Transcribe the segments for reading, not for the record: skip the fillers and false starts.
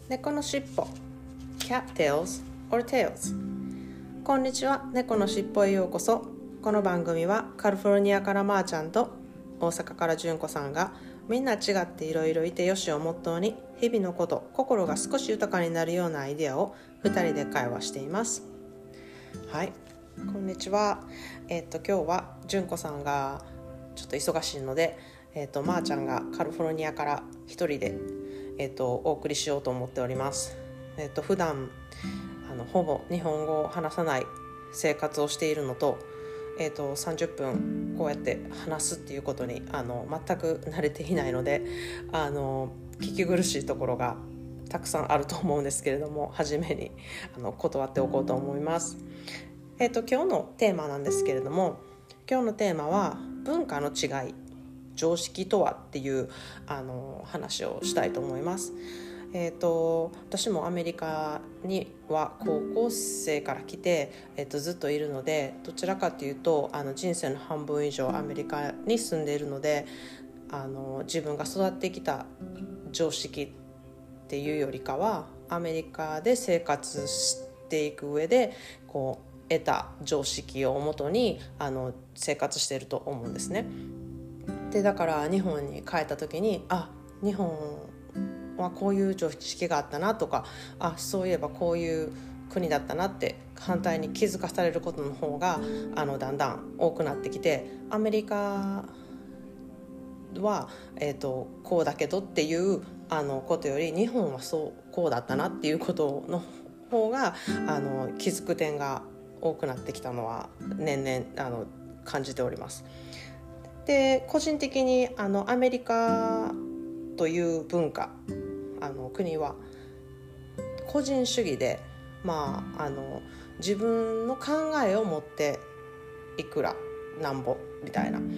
猫のしっぽ Cat Tails or Tails。 こんにちは、猫のしっぽへようこそ。この番組はカリフォルニアからまーちゃんと大阪からじゅんこさんがみんな違っていろいろいてよしをモットーに日々のこと、心が少し豊かになるようなアイデアを2人で会話しています。はい、こんにちは。今日はじゅんこさんがちょっと忙しいので、まーちゃんがカリフォルニアから一人でお送りしようと思っております。普段ほぼ日本語を話さない生活をしているのと、30分こうやって話すっていうことに全く慣れていないので聞き苦しいところがたくさんあると思うんですけれども、初めに断っておこうと思います。今日のテーマなんですけれども、今日のテーマは文化の違い、常識とはっていう話をしたいと思います。私もアメリカには高校生から来て、ずっといるので、どちらかというと人生の半分以上アメリカに住んでいるので、自分が育ってきた常識っていうよりかはアメリカで生活していく上で得た常識をもとに生活していると思うんですね。でだから日本に帰った時に日本はこういう常識があったなとか、そういえばこういう国だったなって反対に気づかされることの方がだんだん多くなってきて、アメリカは、こうだけどっていうことより日本はこうだったなっていうことの方が気づく点が多くなってきたのは年々感じております。で個人的にアメリカという文化国は個人主義で、自分の考えを持っていくらなんぼみたいな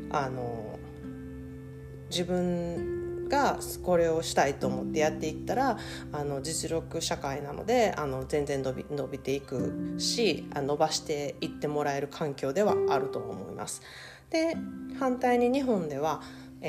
自分がこれをしたいと思ってやっていったら実力社会なので全然伸びていくし、伸ばしていってもらえる環境ではあると思います。で反対に日本では、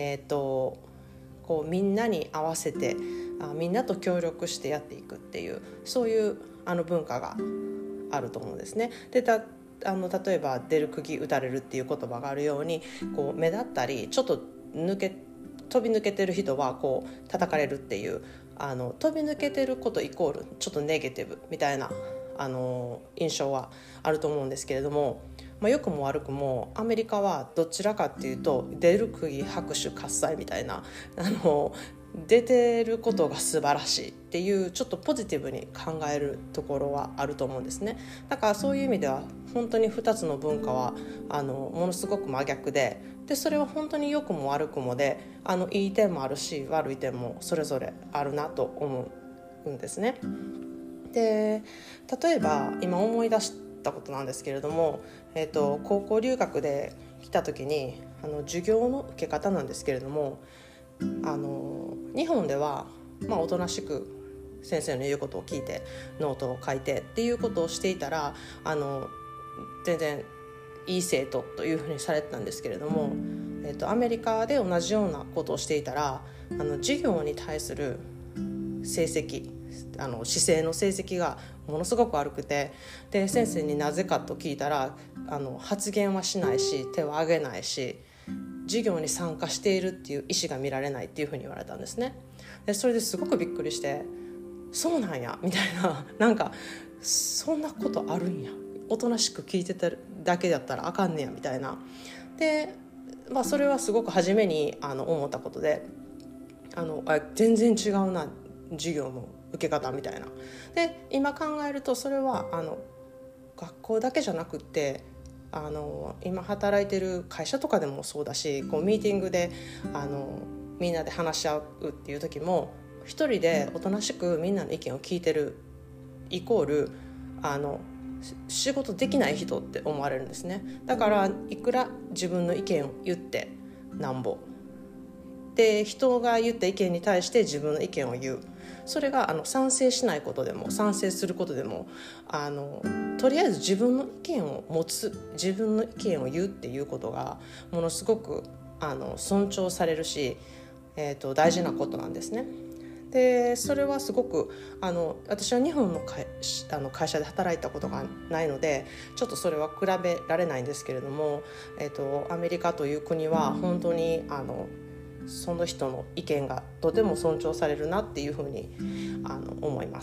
みんなに合わせてみんなと協力してやっていくっていう、そういう文化があると思うんですね。で例えば出る釘打たれるっていう言葉があるように、目立ったりちょっと飛び抜けてる人は叩かれるっていう、飛び抜けてることイコールちょっとネガティブみたいな印象はあると思うんですけれども、良くも悪くもアメリカはどちらかっていうと出る釘拍手喝采みたいな出てることが素晴らしいっていうちょっとポジティブに考えるところはあると思うんですね。だからそういう意味では本当に2つの文化はものすごく真逆で、それは本当に良くも悪くもでいい点もあるし悪い点もそれぞれあるなと思うんですね。で例えば今思い出したことなんですけれども、高校留学で来た時に授業の受け方なんですけれども、日本ではおとなしく先生の言うことを聞いてノートを書いてっていうことをしていたら全然いい生徒というふうにされてたんですけれども、アメリカで同じようなことをしていたら授業に対する成績姿勢の成績がものすごく悪くて、で先生になぜかと聞いたら発言はしないし手を挙げないし授業に参加しているっていう意思が見られないっていうふうに言われたんですね。でそれですごくびっくりして、そうなんやみたいな、なんかそんなことあるんや、おとなしく聞いてただけだったらあかんねやみたいな。で、それはすごく初めに思ったことで全然違うな授業の受け方みたいな。で今考えるとそれは学校だけじゃなくって今働いてる会社とかでもそうだし、ミーティングでみんなで話し合うっていう時も一人でおとなしくみんなの意見を聞いてるイコール仕事できない人って思われるんですね。だからいくら自分の意見を言ってなんぼで、人が言った意見に対して自分の意見を言う、それが賛成しないことでも賛成することでもとりあえず自分の意見を持つ、自分の意見を言うっていうことがものすごく尊重されるし、大事なことなんですね。 でそれはすごく私は日本の会社で働いたことがないのでちょっとそれは比べられないんですけれども、アメリカという国は本当にその人の意見がとても尊重されるなっていうふうに思います。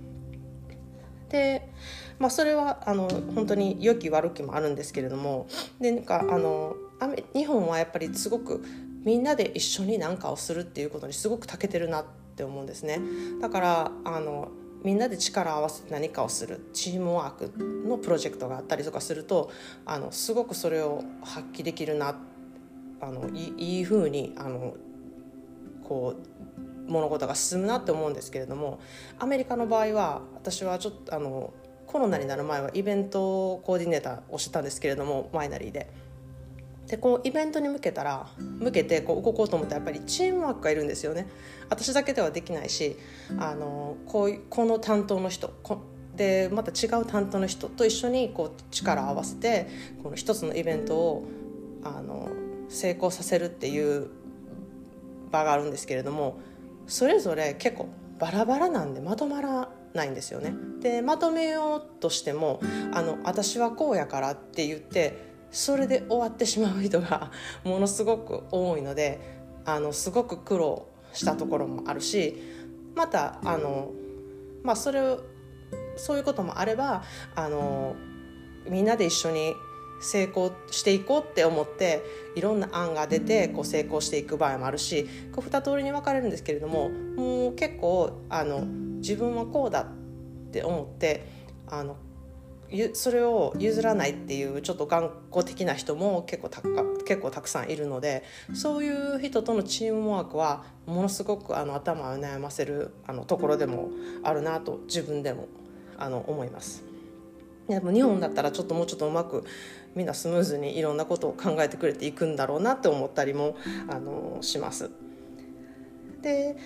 で、それは本当に良き悪きもあるんですけれども、でなんか日本はやっぱりすごくみんなで一緒に何かをするっていうことにすごく長けてるなって思うんですね。だからみんなで力を合わせて何かをするチームワークのプロジェクトがあったりとかするとすごくそれを発揮できるな、いい風にこう物事が進むなって思うんですけれども、アメリカの場合は私はちょっとコロナになる前はイベントコーディネーターをしてたんですけれども、ワイナリーでこうイベントに向けてこう動こうと思ったらやっぱりチームワークがいるんですよね。私だけではできないしこの担当の人でまた違う担当の人と一緒にこう力を合わせてこの一つのイベントを成功させるっていう場があるんですけれども、それぞれ結構バラバラなんでまとまらないんですよね。でまとめようとしても私はこうやからって言ってそれで終わってしまう人がものすごく多いのですごく苦労したところもあるし、またそういうこともあればみんなで一緒に成功していこうって思っていろんな案が出てこう成功していく場合もあるし、こう2通りに分かれるんですけれども、もう結構自分はこうだって思ってそれを譲らないっていうちょっと頑固的な人も結構たくさんいるので、そういう人とのチームワークはものすごく頭を悩ませるところでもあるなと自分でも思います。でも日本だったらもうちょっとうまくみんなスムーズにいろんなことを考えてくれていくんだろうなって思ったりもします。で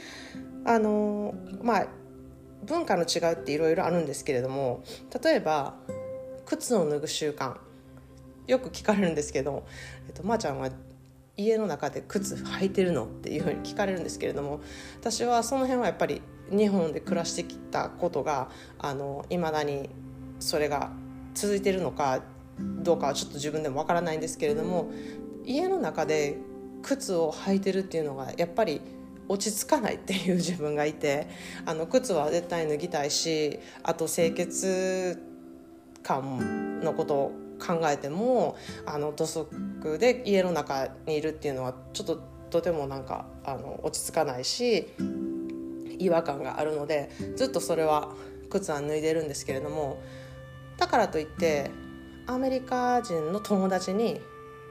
文化の違いっていろいろあるんですけれども、例えば靴を脱ぐ習慣よく聞かれるんですけど、まーちゃんは家の中で靴履いてるのっていうふうに聞かれるんですけれども、私はその辺はやっぱり日本で暮らしてきたことが未だにそれが続いているのかどうかはちょっと自分でもわからないんですけれども、家の中で靴を履いてるっていうのがやっぱり落ち着かないっていう自分がいて、靴は絶対脱ぎたいし、あと清潔感のことを考えても土足で家の中にいるっていうのはちょっととても落ち着かないし違和感があるので、ずっとそれは靴は脱いでるんですけれども、だからといってアメリカ人の友達に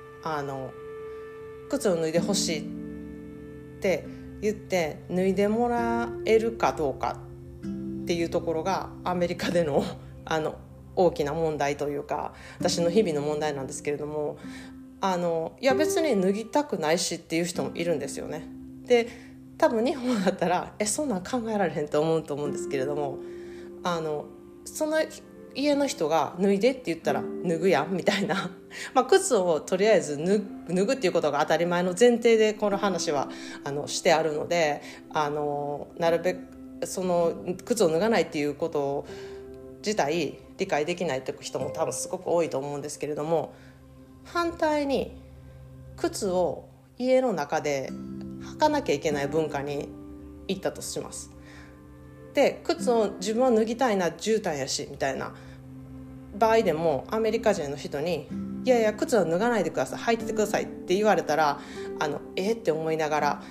靴を脱いでほしいって言って脱いでもらえるかどうかっていうところがアメリカでの大きな問題というか私の日々の問題なんですけれども、いや別に脱ぎたくないしっていう人もいるんですよね。で多分日本だったらそんなん考えられへんと思うんですけれども、その家の人が脱いでって言ったら脱ぐやんみたいな靴をとりあえず脱ぐっていうことが当たり前の前提でこの話はしてあるので、なるべくその靴を脱がないっていうこと自体理解できないという人も多分すごく多いと思うんですけれども、反対に靴を家の中で履かなきゃいけない文化に行ったとします。で靴を自分は脱ぎたいな絨毯やしみたいな場合でもアメリカ人の人にいやいや靴は脱がないでください履いててくださいって言われたらって思いながら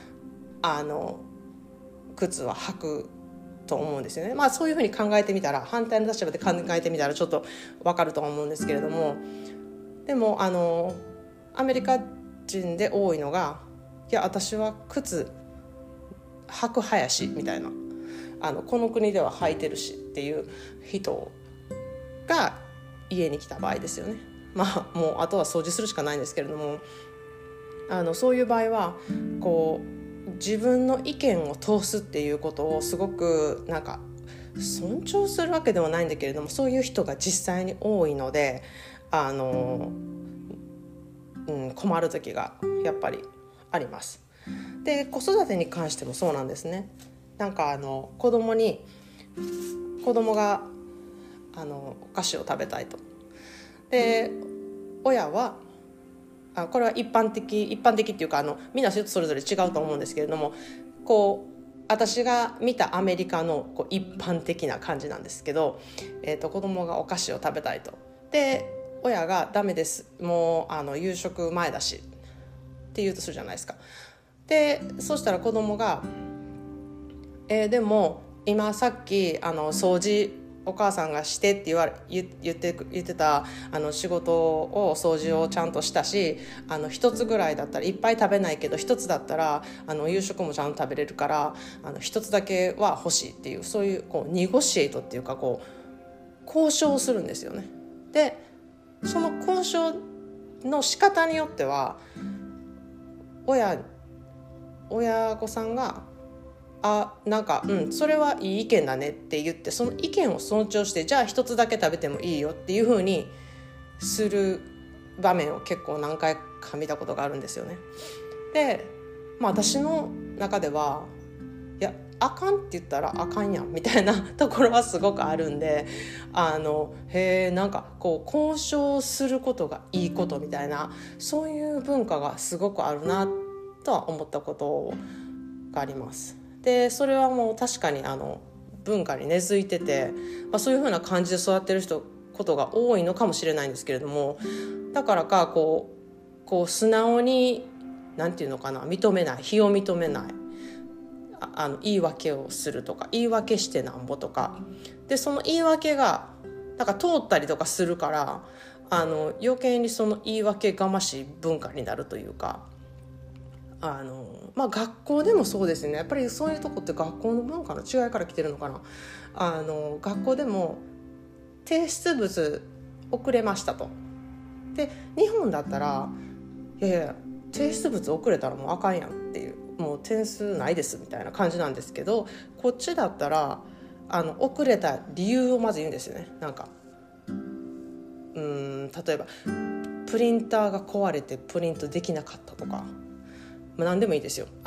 靴は履くと思うんですよね。そういうふうに考えてみたら反対の立場で考えてみたらちょっと分かると思うんですけれども、でもアメリカ人で多いのがいや私は靴履く派やしみたいなこの国では履いてるしっていう人が家に来た場合ですよね。もうあとは掃除するしかないんですけれどもそういう場合はこう自分の意見を通すっていうことをすごく尊重するわけではないんだけれども、そういう人が実際に多いので困る時がやっぱりあります。で子育てに関してもそうなんですね。 なんか子供がお菓子を食べたいと。で親はこれは一般的っていうかみんなそれぞれ違うと思うんですけれども、こう私が見たアメリカの一般的な感じなんですけど、子供がお菓子を食べたいと。で親がダメです、もう夕食前だしって言うとするじゃないですか。でそしたら子供がでも今さっき掃除お母さんがしてって言ってた仕事を掃除をちゃんとしたし、一つぐらいだったらいっぱい食べないけど一つだったら夕食もちゃんと食べれるから一つだけは欲しいっていう、そういうニゴシエイトっていうか交渉をするんですよね。でその交渉の仕方によっては親御さんがなんかそれはいい意見だねって言って、その意見を尊重して、じゃあ一つだけ食べてもいいよっていう風にする場面を結構何回か見たことがあるんですよね。で、私の中ではいやあかんって言ったらあかんやんみたいなところはすごくあるんで、なんか交渉することがいいことみたいな、そういう文化がすごくあるなとは思ったことがあります。でそれはもう確かに文化に根付いてて、そういう風な感じで育ってることが多いのかもしれないんですけれども、だからか素直になんていうのかな、認めない、非を認めない、言い訳をするとか、言い訳してなんぼとかで、その言い訳がなんか通ったりとかするから余計にその言い訳がましい文化になるというか、学校でもそうですね。やっぱりそういうとこって学校の文化の違いから来てるのかな。学校でも提出物遅れましたと。で日本だったらいや提出物遅れたらもうあかんやんっていう、もう点数ないですみたいな感じなんですけど、こっちだったら遅れた理由をまず言うんですよね。なんか例えばプリンターが壊れてプリントできなかったとか、何でもいいですよ。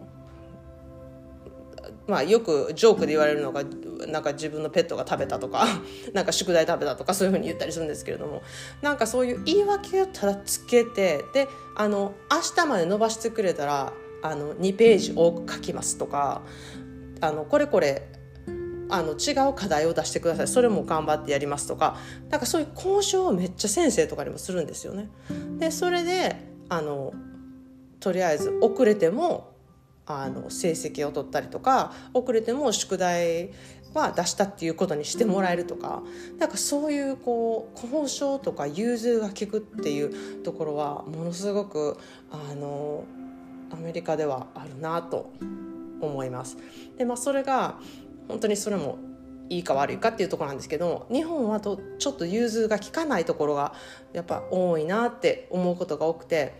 よくジョークで言われるのがなんか自分のペットが食べたとかなんか宿題食べたとか、そういう風に言ったりするんですけれども、なんかそういう言い訳をただつけて、で明日まで伸ばしてくれたら2ページ多く書きますとか、これ違う課題を出してください、それも頑張ってやりますとか、なんかそういう交渉をめっちゃ先生とかにもするんですよね。でそれでとりあえず遅れても成績を取ったりとか、遅れても宿題は出したっていうことにしてもらえるとか、なんかそういう交渉とか融通が利くっていうところはものすごくアメリカではあるなと思います。でそれが本当にそれもいいか悪いかっていうところなんですけど、日本はちょっと融通が利かないところがやっぱ多いなって思うことが多くて、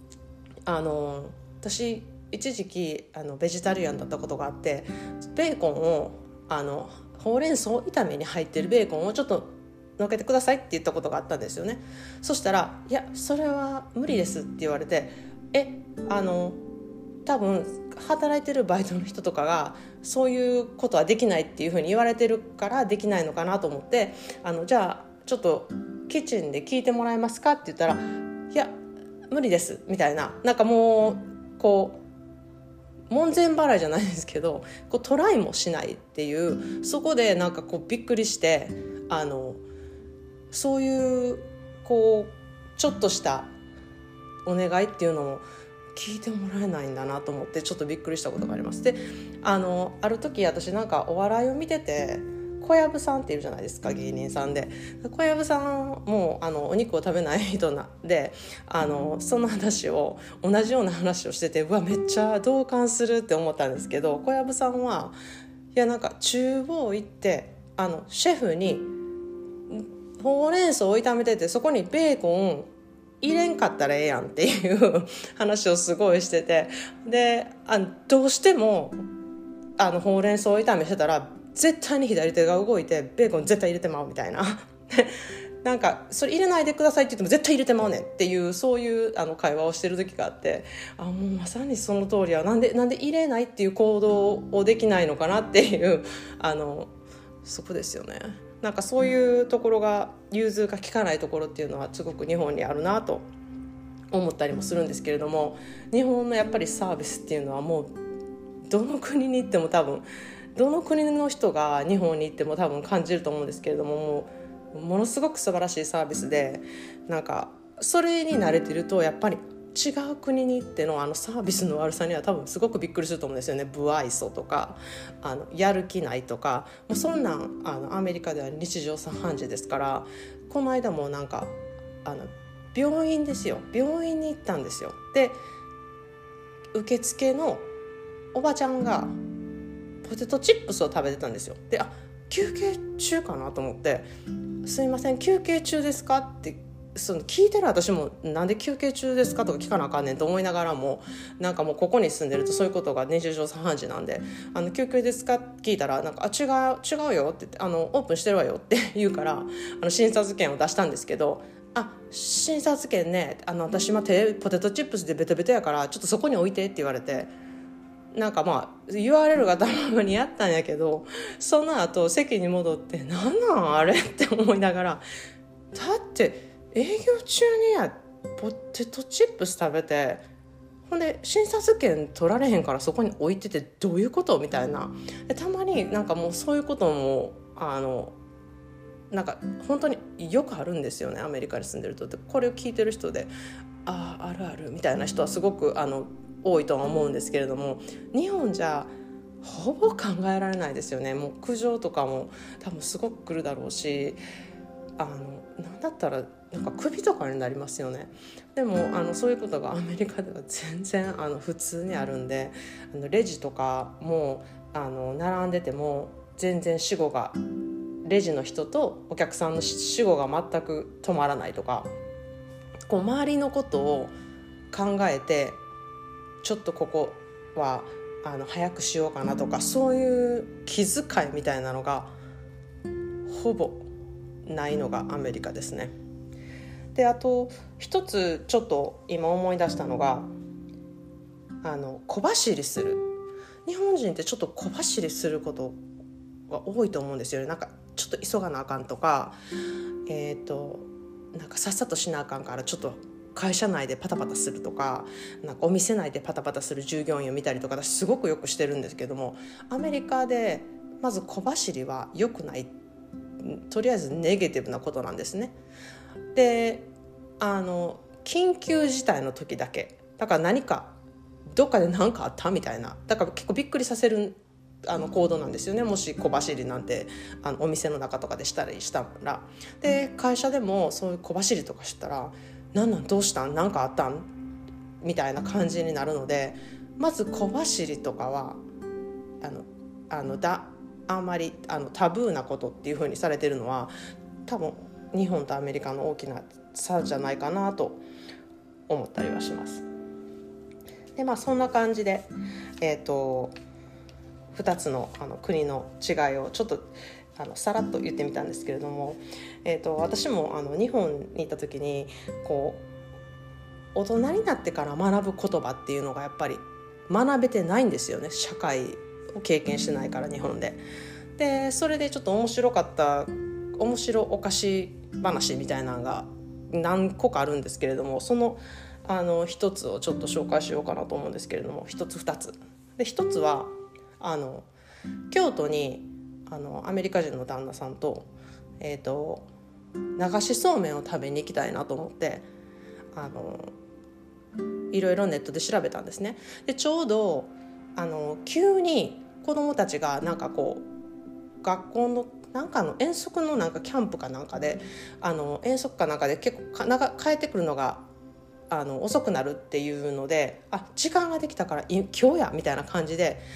私一時期ベジタリアンだったことがあって、ベーコンをほうれん草炒めに入ってるベーコンをちょっとのっけてくださいって言ったことがあったんですよね。そしたらいやそれは無理ですって言われて、多分働いてるバイトの人とかがそういうことはできないっていうふうに言われてるからできないのかなと思って、じゃあちょっとキッチンで聞いてもらえますかって言ったら、いや無理ですみたいな、なんかもう門前払いじゃないですけどトライもしないっていう、そこでなんかびっくりして、そういうちょっとしたお願いっていうのも聞いてもらえないんだなと思ってちょっとびっくりしたことがあります。である時私なんかお笑いを見てて、小籔さんっているじゃないですか、芸人さんで。小籔さんもお肉を食べない人でその話を同じような話をしてて、うわめっちゃ同感するって思ったんですけど、小籔さんはいやなんか厨房行ってシェフにほうれん草を炒めてて、そこにベーコン入れんかったらええやんっていう話をすごいしてて、でどうしてもほうれん草を炒めしてたら絶対に左手が動いてベーコン絶対入れてまうみたいななんかそれ入れないでくださいって言っても絶対入れてまうねんっていうそういう会話をしてる時があって、もうまさにその通りや、なんで入れないっていう行動をできないのかなっていうそこですよね。なんかそういうところが融通が利かないところっていうのはすごく日本にあるなと思ったりもするんですけれども、日本のやっぱりサービスっていうのはもうどの国に行っても多分どの国の人が日本に行っても多分感じると思うんですけれども、ものすごく素晴らしいサービスで、なんかそれに慣れてるとやっぱり違う国に行ってのサービスの悪さには多分すごくびっくりすると思うんですよね。不愛想とかやる気ないとか、もうそんなんアメリカでは日常茶飯事ですから。この間もなんか病院ですよ、病院に行ったんですよ。で受付のおばちゃんがポテトチップスを食べてたんですよ。で休憩中かなと思って、すいません休憩中ですかって聞いてる私もなんで休憩中ですかとか聞かなあかんねんと思いながらも、なんかもうここに住んでるとそういうことが日常茶飯事なんで、休憩ですか聞いたらなんか違うよって言ってオープンしてるわよって言うから診察券を出したんですけど、診察券ね私今手ポテトチップスでベトベトやからちょっとそこに置いてって言われて、なんか言われるがたまにやったんやけど、その後席に戻ってなんなんあれって思いながら、だって営業中にポテトチップス食べて、ほんで診察券取られへんからそこに置いててどういうことみたいな。でたまになんかもうそういうこともなんか本当によくあるんですよね、アメリカに住んでると。でこれを聞いてる人であるあるみたいな人はすごく多いとは思うんですけれども、日本じゃほぼ考えられないですよね。もう苦情とかも多分すごく来るだろうし、なんだったらなんか首とかになりますよね。でもそういうことがアメリカでは全然普通にあるんで、レジとかも並んでても全然死後がレジの人とお客さんの死後が全く止まらないとか、こう周りのことを考えてちょっとここは早くしようかなとか、そういう気遣いみたいなのがほぼないのがアメリカですね。であと一つちょっと今思い出したのが小走りする。日本人ってちょっと小走りすることが多いと思うんですよね。なんかちょっと急がなあかんとか、なんかさっさとしなあかんからちょっと会社内でパタパタするとか、なんかお店内でパタパタする従業員を見たりとか私すごくよくしてるんですけども、アメリカでまず小走りは良くない、とりあえずネガティブなことなんですね。で緊急事態の時だけだから、何かどっかで何かあったみたいな、だから結構びっくりさせる行動なんですよね。もし小走りなんてお店の中とかでしたら。で会社でもそういう小走りとかしたらなんどうしたんなんかあったんみたいな感じになるので、まず小走りとかはあんまりタブーなことっていう風にされてるのは多分日本とアメリカの大きな差じゃないかなと思ったりはします。でそんな感じで2つの国の違いをちょっとさらっと言ってみたんですけれども、私も日本に行った時にこう大人になってから学ぶ言葉っていうのがやっぱり学べてないんですよね。社会を経験してないから日本で。でそれでちょっと面白おかし話みたいなのが何個かあるんですけれども、その一つをちょっと紹介しようかなと思うんですけれども、二つで、一つは京都にアメリカ人の旦那さんと、流しそうめんを食べに行きたいなと思っていろいろネットで調べたんですね。でちょうど急に子どもたちがなんかこう学校のなんか遠足のなんかキャンプかなんかで遠足かなんかで結構帰ってくるのが遅くなるっていうので、時間ができたから今日やみたいな感じで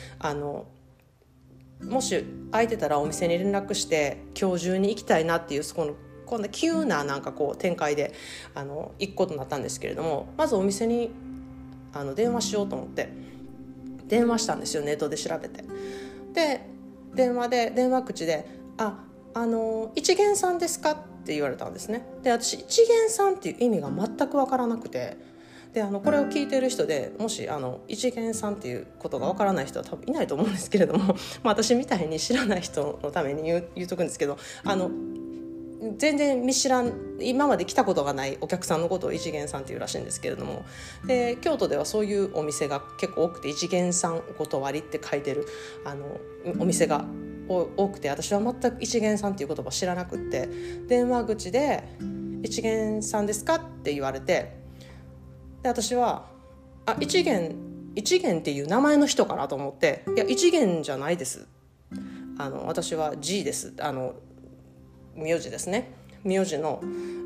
もし空いてたらお店に連絡して今日中に行きたいなっていうこんな急ななんかこう展開で行くことになったんですけれども、まずお店に電話しようと思って電話したんですよ、ネットで調べて。で電話口で一元さんですかってって言われたんですね。で私一元さんっていう意味が全く分からなくて、でこれを聞いている人でもし一元さんっていうことが分からない人は多分いないと思うんですけれども私みたいに知らない人のために言うとくんですけど、全然見知らん、今まで来たことがないお客さんのことを一元さんっていうらしいんですけれども、で京都ではそういうお店が結構多くて、一元さんお断りって書いてるお店が多くて、私は全く一元さんっていう言葉を知らなくって、電話口で一元さんですかって言われて、で私は一元っていう名前の人かなと思って、いや一元じゃないです、私は G です、名字ですね、名字の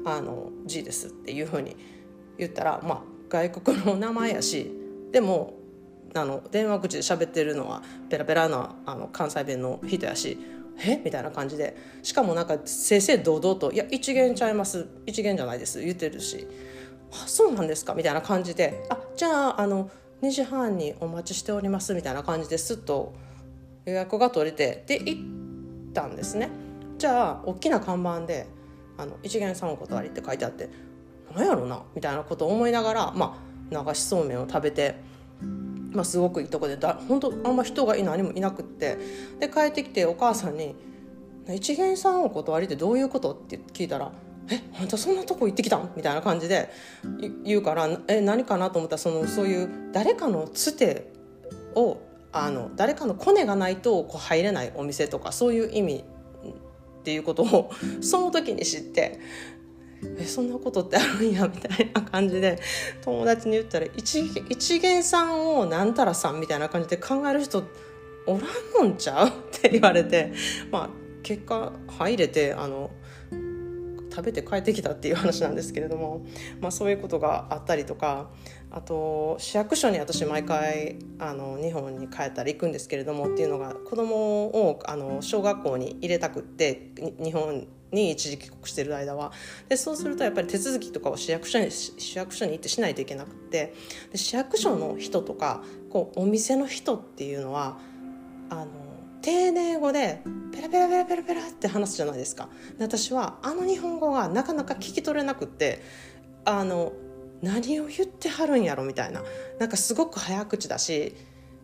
G ですっていうふうに言ったら、外国の名前やし、でも電話口で喋ってるのはペラペラな関西弁の人やし、みたいな感じで、しかもなんか正々堂々と、いや一元ちゃいます、一元じゃないです言ってるし、そうなんですかみたいな感じで、じゃあ2時半にお待ちしておりますみたいな感じですっと予約が取れて、で行ったんですね。じゃあ大きな看板で一元さんお断りって書いてあって、何やろなみたいなことを思いながら、流しそうめんを食べて、すごくいいとこで本当あんま人が何もいなくって、で帰ってきてお母さんに一元さんお断りってどういうことって聞いたら、本当そんなとこ行ってきたんみたいな感じで言うから、何かなと思ったら、そういう誰かのつてを誰かのコネがないと入れないお店とか、そういう意味っていうことをその時に知って、そんなことってあるんやみたいな感じで友達に言ったら、一元さんをなんたらさんみたいな感じで考える人おらんのんちゃうって言われて、結果入れて食べて帰ってきたっていう話なんですけれども、そういうことがあったりとか、あと市役所に私毎回日本に帰ったら行くんですけれども、っていうのが子供を小学校に入れたくって日本に一時帰国してる間は、でそうするとやっぱり手続きとかを市役所に行ってしないといけなくて、で市役所の人とかお店の人っていうのは丁寧語でペラペラペラペラペラって話すじゃないですか。で私は日本語がなかなか聞き取れなくって何を言ってはるんやろみたいな、なんかすごく早口だし、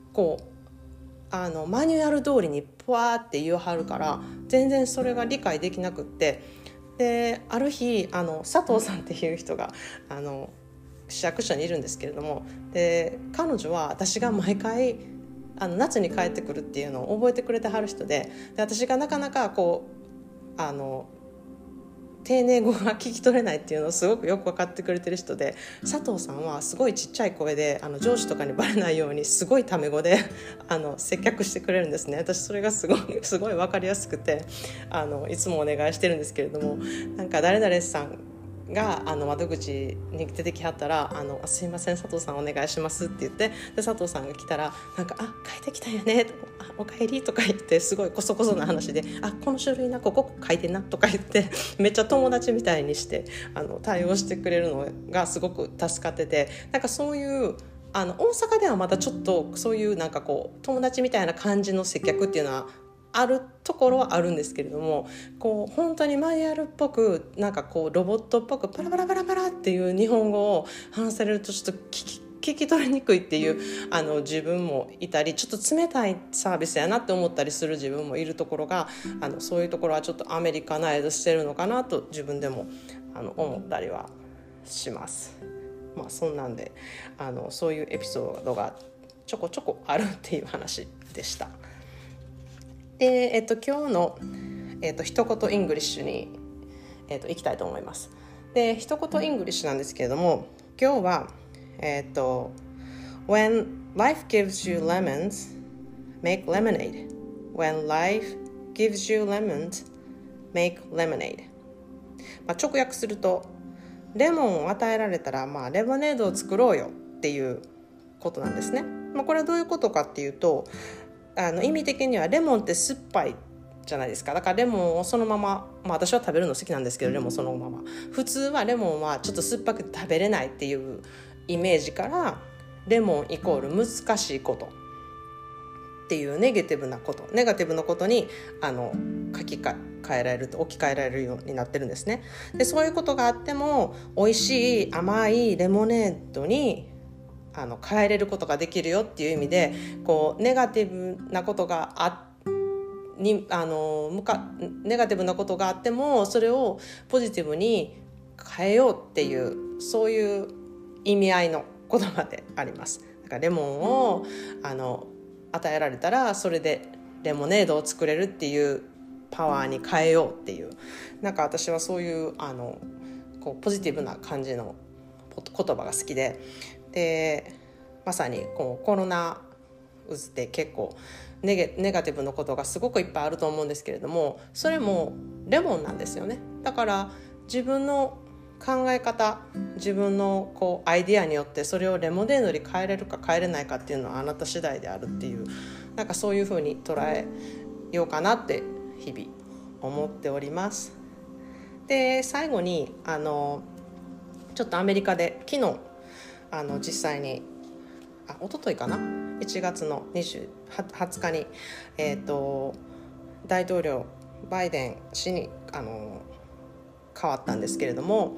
マニュアル通りにポワーって言わはるから全然それが理解できなくって、である日佐藤さんっていう人が市役所にいるんですけれども、で彼女は私が毎回夏に帰ってくるっていうのを覚えてくれてはる人で、私がなかなか丁寧語が聞き取れないっていうのをすごくよく分かってくれてる人で、佐藤さんはすごいちっちゃい声で上司とかにバレないようにすごいタメ語で接客してくれるんですね。私それがすごい分かりやすくていつもお願いしてるんですけれども、なんか誰々さんが窓口に出てきはったらすいません佐藤さんお願いしますって言って、で佐藤さんが来たらなんか帰ってきたよねお帰りとか言って、すごいコソコソな話でこの書類なここ書いてなとか言ってめっちゃ友達みたいにして対応してくれるのがすごく助かってて、なんかそういう大阪ではまたちょっとそういうなんか友達みたいな感じの接客っていうのはあるところはあるんですけれども、本当にマニュアルっぽくなんかロボットっぽくパラパラパラパラっていう日本語を話されるとちょっと聞き取りにくいっていう自分もいたり、ちょっと冷たいサービスやなって思ったりする自分もいるところがそういうところはちょっとアメリカナイズしてるのかなと自分でも思ったりはします。そんなんでそういうエピソードがちょこちょこあるっていう話でした。で、今日の、一言イングリッシュに、行きたいと思います。で、一言イングリッシュなんですけれども、今日は、When life gives you lemons, make lemonade. When life gives you lemons, make lemonade. 直訳すると、レモンを与えられたら、レモネードを作ろうよっていうことなんですね。これはどういうことかっていうと、意味的にはレモンって酸っぱいじゃないですか。だからレモンをそのまま、私は食べるの好きなんですけど、レモンそのまま、普通はレモンはちょっと酸っぱくて食べれないっていうイメージから、レモンイコール難しいことっていうネガティブなことに書き換換えられる置き換えられるようになってるんですね。でそういうことがあっても美味しい甘いレモネードに変えれることができるよっていう意味で、こうネガティブなことがネガティブなことがあってもそれをポジティブに変えようっていうそういう意味合いの言葉であります。だからレモンを与えられたらそれでレモネードを作れるっていうパワーに変えようっていう、なんか私はそういうこうポジティブな感じの言葉が好きで、まさにこうコロナ渦って結構ネガティブなことがすごくいっぱいあると思うんですけれども、それもレモンなんですよね。だから自分の考え方、自分のこうアイディアによってそれをレモネードに変えれるか変えれないかっていうのはあなた次第であるっていう、なんかそういうふうに捉えようかなって日々思っております。で最後にちょっとアメリカで昨日実際に一昨日かな1月の20日に、大統領バイデン氏に変わったんですけれども、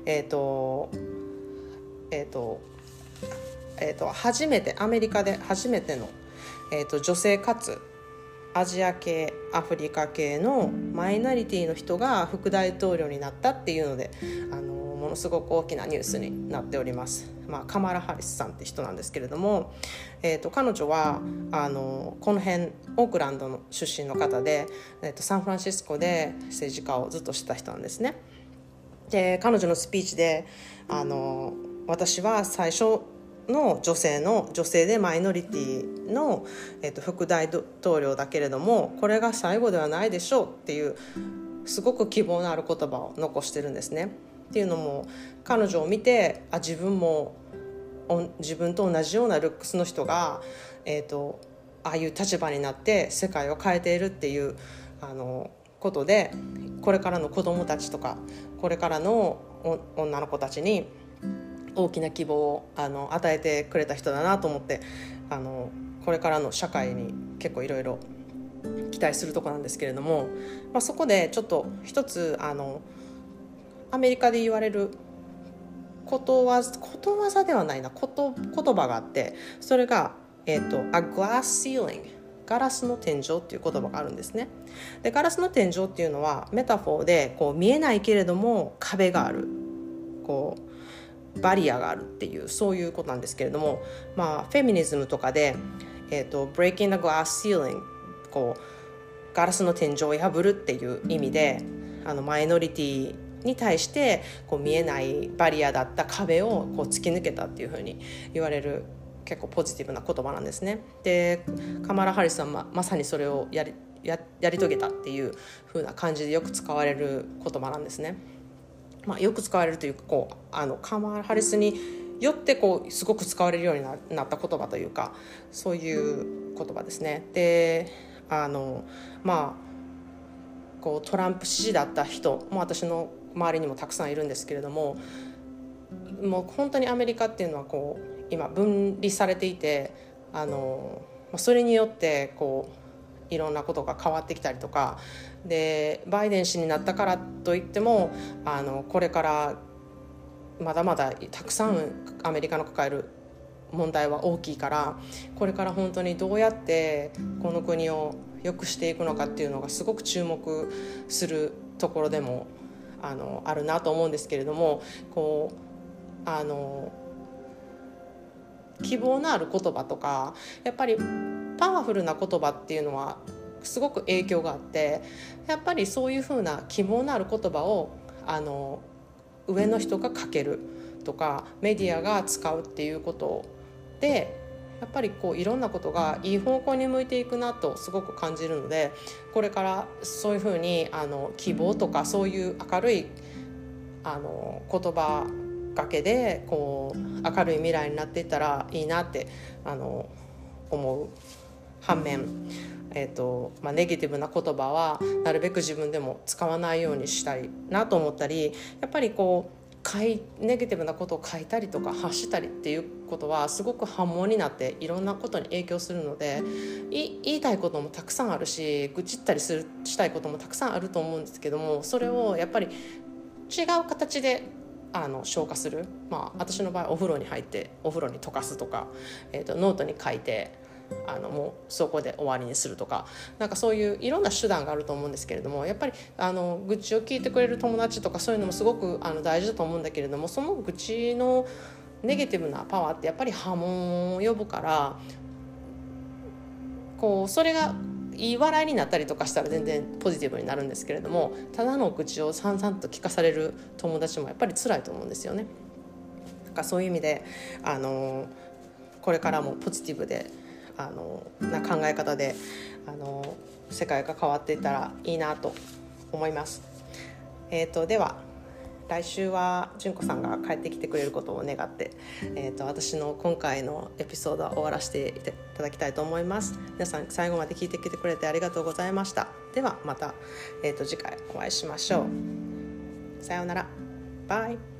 アメリカで初めての、女性かつアジア系アフリカ系のマイナリティの人が副大統領になったっていうのでものすごく大きなニュースになっております。カマラ・ハリスさんって人なんですけれども、彼女はこの辺オークランドの出身の方で、サンフランシスコで政治家をずっとしてた人なんですね。で彼女のスピーチで私は最初の女性でマイノリティの、副大統領だけれどもこれが最後ではないでしょうっていうすごく希望のある言葉を残してるんですね。っていうのも彼女を見て自分と同じようなルックスの人が、ああいう立場になって世界を変えているっていうことで、これからの子どもたちとかこれからの女の子たちに大きな希望を与えてくれた人だなと思って、これからの社会に結構いろいろ期待するところなんですけれども、そこでちょっと一つアメリカで言われることわざではないな言葉があって、それが、A glass ceiling ガラスの天井っていう言葉があるんですね。でガラスの天井っていうのはメタフォーでこう見えないけれども壁がある、こうバリアがあるっていうそういうことなんですけれども、フェミニズムとかで、breaking the glass ceiling こうガラスの天井を破るっていう意味でマイノリティに対してこう見えないバリアだった壁をこう突き抜けたっていう風に言われる結構ポジティブな言葉なんですね。でカマラ・ハリスはまさにそれをやり遂げたっていう風な感じでよく使われる言葉なんですね。よく使われるというかカマラ・ハリスによってこうすごく使われるようになった言葉というかそういう言葉ですね。でこうトランプ支持だった人も私の周りにもたくさんいるんですけれども、もう本当にアメリカっていうのはこう今分離されていてそれによってこういろんなことが変わってきたりとかで、バイデン氏になったからといってもこれからまだまだたくさんアメリカの抱える問題は大きいから、これから本当にどうやってこの国を良くしていくのかっていうのがすごく注目するところでもあるなと思うんですけれども、こう希望のある言葉とかやっぱりパワフルな言葉っていうのはすごく影響があって、やっぱりそういうふうな希望のある言葉を上の人がかけるとかメディアが使うっていうことでやっぱりこういろんなことがいい方向に向いていくなとすごく感じるので、これからそういうふうに希望とかそういう明るい言葉がけでこう明るい未来になっていったらいいなって思う反面、ネガティブな言葉はなるべく自分でも使わないようにしたいなと思ったり、やっぱりこうネガティブなことを書いたりとか発したりっていうことはすごく波紋になっていろんなことに影響するので、言いたいこともたくさんあるし、愚痴ったりしたいこともたくさんあると思うんですけども、それをやっぱり違う形で消化する、私の場合お風呂に入ってお風呂に溶かすとか、ノートに書いてもうそこで終わりにするとか、なんかそういういろんな手段があると思うんですけれども、やっぱり愚痴を聞いてくれる友達とかそういうのもすごく大事だと思うんだけれども、その愚痴のネガティブなパワーってやっぱり波紋を呼ぶから、それがいい笑いになったりとかしたら全然ポジティブになるんですけれども、ただの愚痴を散々と聞かされる友達もやっぱり辛いと思うんですよね。なんかそういう意味でこれからもポジティブでな考え方で世界が変わっていったらいいなと思います。では来週は純子さんが帰ってきてくれることを願って、私の今回のエピソードは終わらせていただきたいと思います。皆さん最後まで聞いてきてくれてありがとうございました。ではまた、次回お会いしましょう。さようなら。バイ。